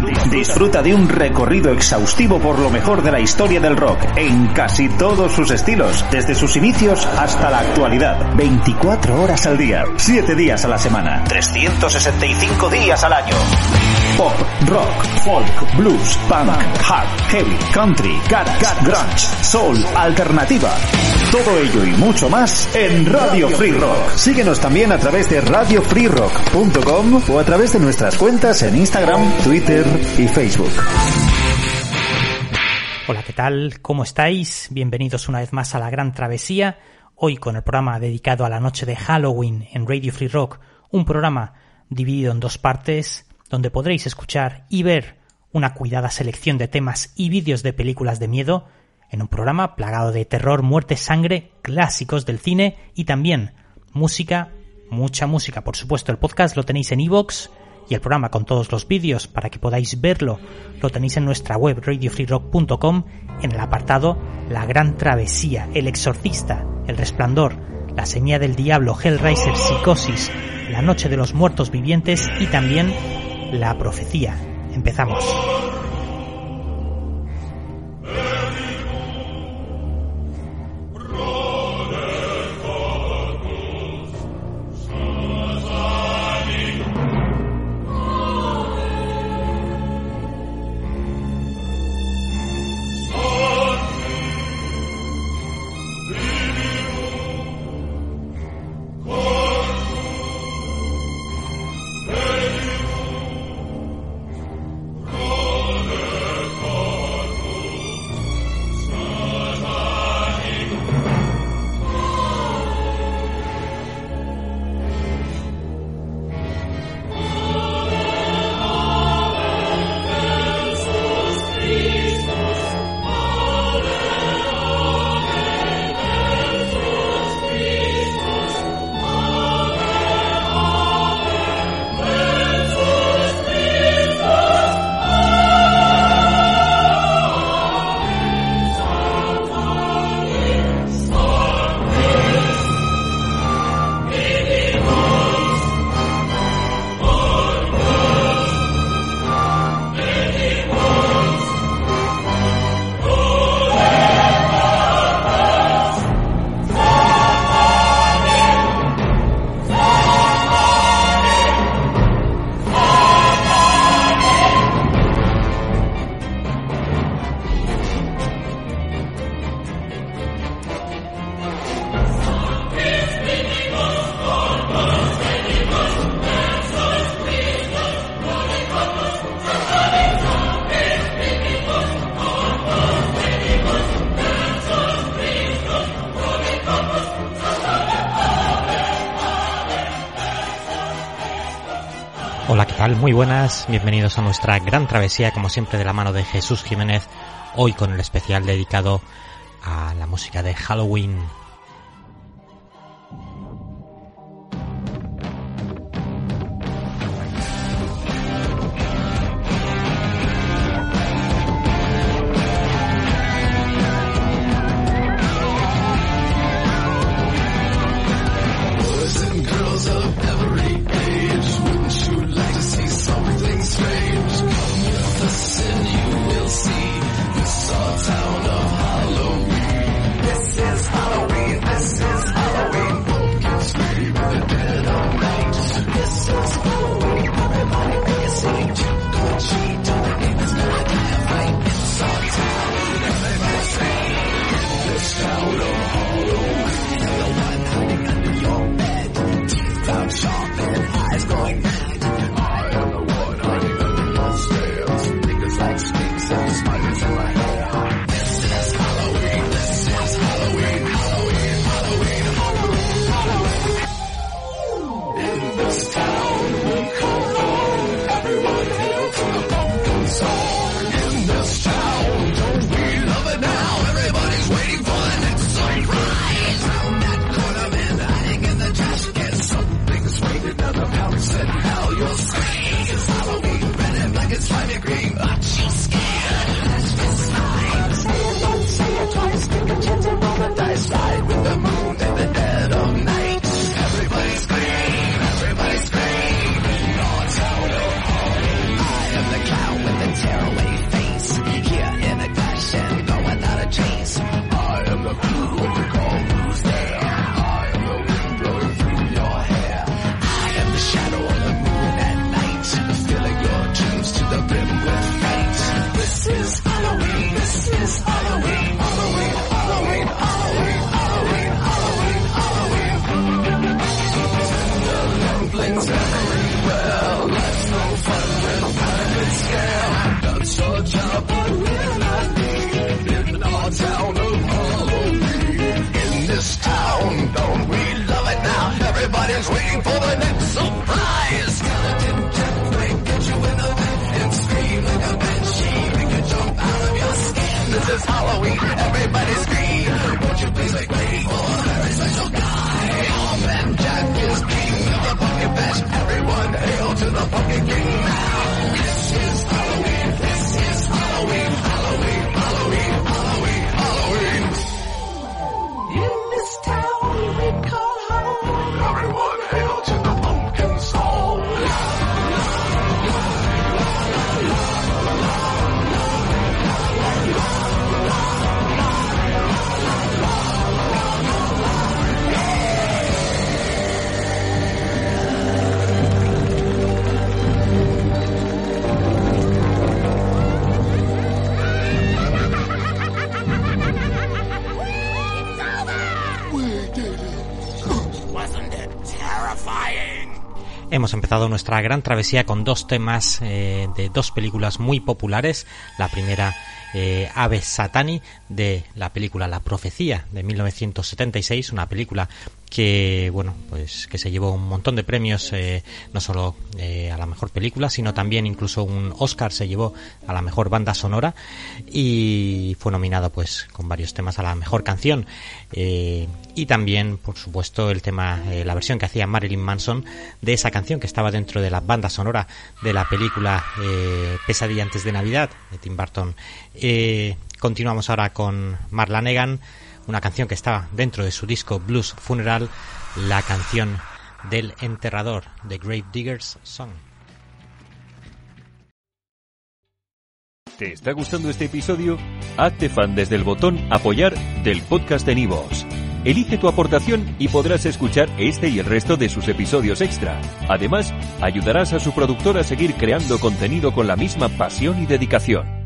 Disfruta de un recorrido exhaustivo por lo mejor de la historia del rock, en casi todos sus estilos, desde sus inicios hasta la actualidad. 24 horas al día, 7 días a la semana, 365 días al año. Pop, rock, folk, blues, punk, hard, heavy, country, garage, grunge, soul, alternativa. Todo ello y mucho más en Radio Free Rock. Síguenos también a través de radiofreerock.com o a través de nuestras cuentas en Instagram, Twitter y Facebook. Hola, ¿qué tal? ¿Cómo estáis? Bienvenidos una vez más a La Gran Travesía. Hoy con el programa dedicado a la noche de Halloween en Radio Free Rock. Un programa dividido en dos partes, donde podréis escuchar y ver una cuidada selección de temas y vídeos de películas de miedo, en un programa plagado de terror, muerte, sangre, clásicos del cine y también música, mucha música. Por supuesto, el podcast lo tenéis en iVoox y el programa con todos los vídeos para que podáis verlo lo tenéis en nuestra web radiofreerock.com en el apartado La Gran Travesía, El Exorcista, El Resplandor, La Señal del Diablo, Hellraiser, Psicosis, La Noche de los Muertos Vivientes y también La Profecía. Empezamos. Hola, ¿qué tal? Muy buenas, bienvenidos a nuestra gran travesía, como siempre de la mano de Jesús Jiménez, hoy con el especial dedicado a la música de Halloween. Well, life's no fun when pirates scare. That's your job, but we're not me. In our town of Halloween. In this town, don't we love it now? Everybody's waiting for the next surprise. Skeleton Jack may get you in the back and scream like a banshee. Make you jump out of your skin. This is Halloween, everybody scream. Won't you please make way for a very special guy? Our man Jack is king of the pumpkin patch. Everyone hail to the pumpkin king now. This is Halloween, this is Halloween, Halloween, Halloween, Halloween, Halloween. In this town we call home. Everyone hail to the pumpkin song. Hemos empezado nuestra gran travesía con dos temas de dos películas muy populares. La primera, Ave Satani, de la película La Profecía de 1976, una película que, bueno, pues que se llevó un montón de premios, no solo a la mejor película, sino también incluso un Oscar se llevó a la mejor banda sonora y fue nominado pues con varios temas a la mejor canción, y también, por supuesto, el tema, la versión que hacía Marilyn Manson de esa canción que estaba dentro de la banda sonora de la película Pesadilla antes de Navidad de Tim Burton. Continuamos ahora con Mark Lanegan, una canción que estaba dentro de su disco Blues Funeral, la canción del enterrador, The Grave Digger's Song. ¿Te está gustando este episodio? Hazte fan desde el botón Apoyar del podcast de Nivos. Elige tu aportación y podrás escuchar este y el resto de sus episodios extra. Además, ayudarás a su productor a seguir creando contenido con la misma pasión y dedicación.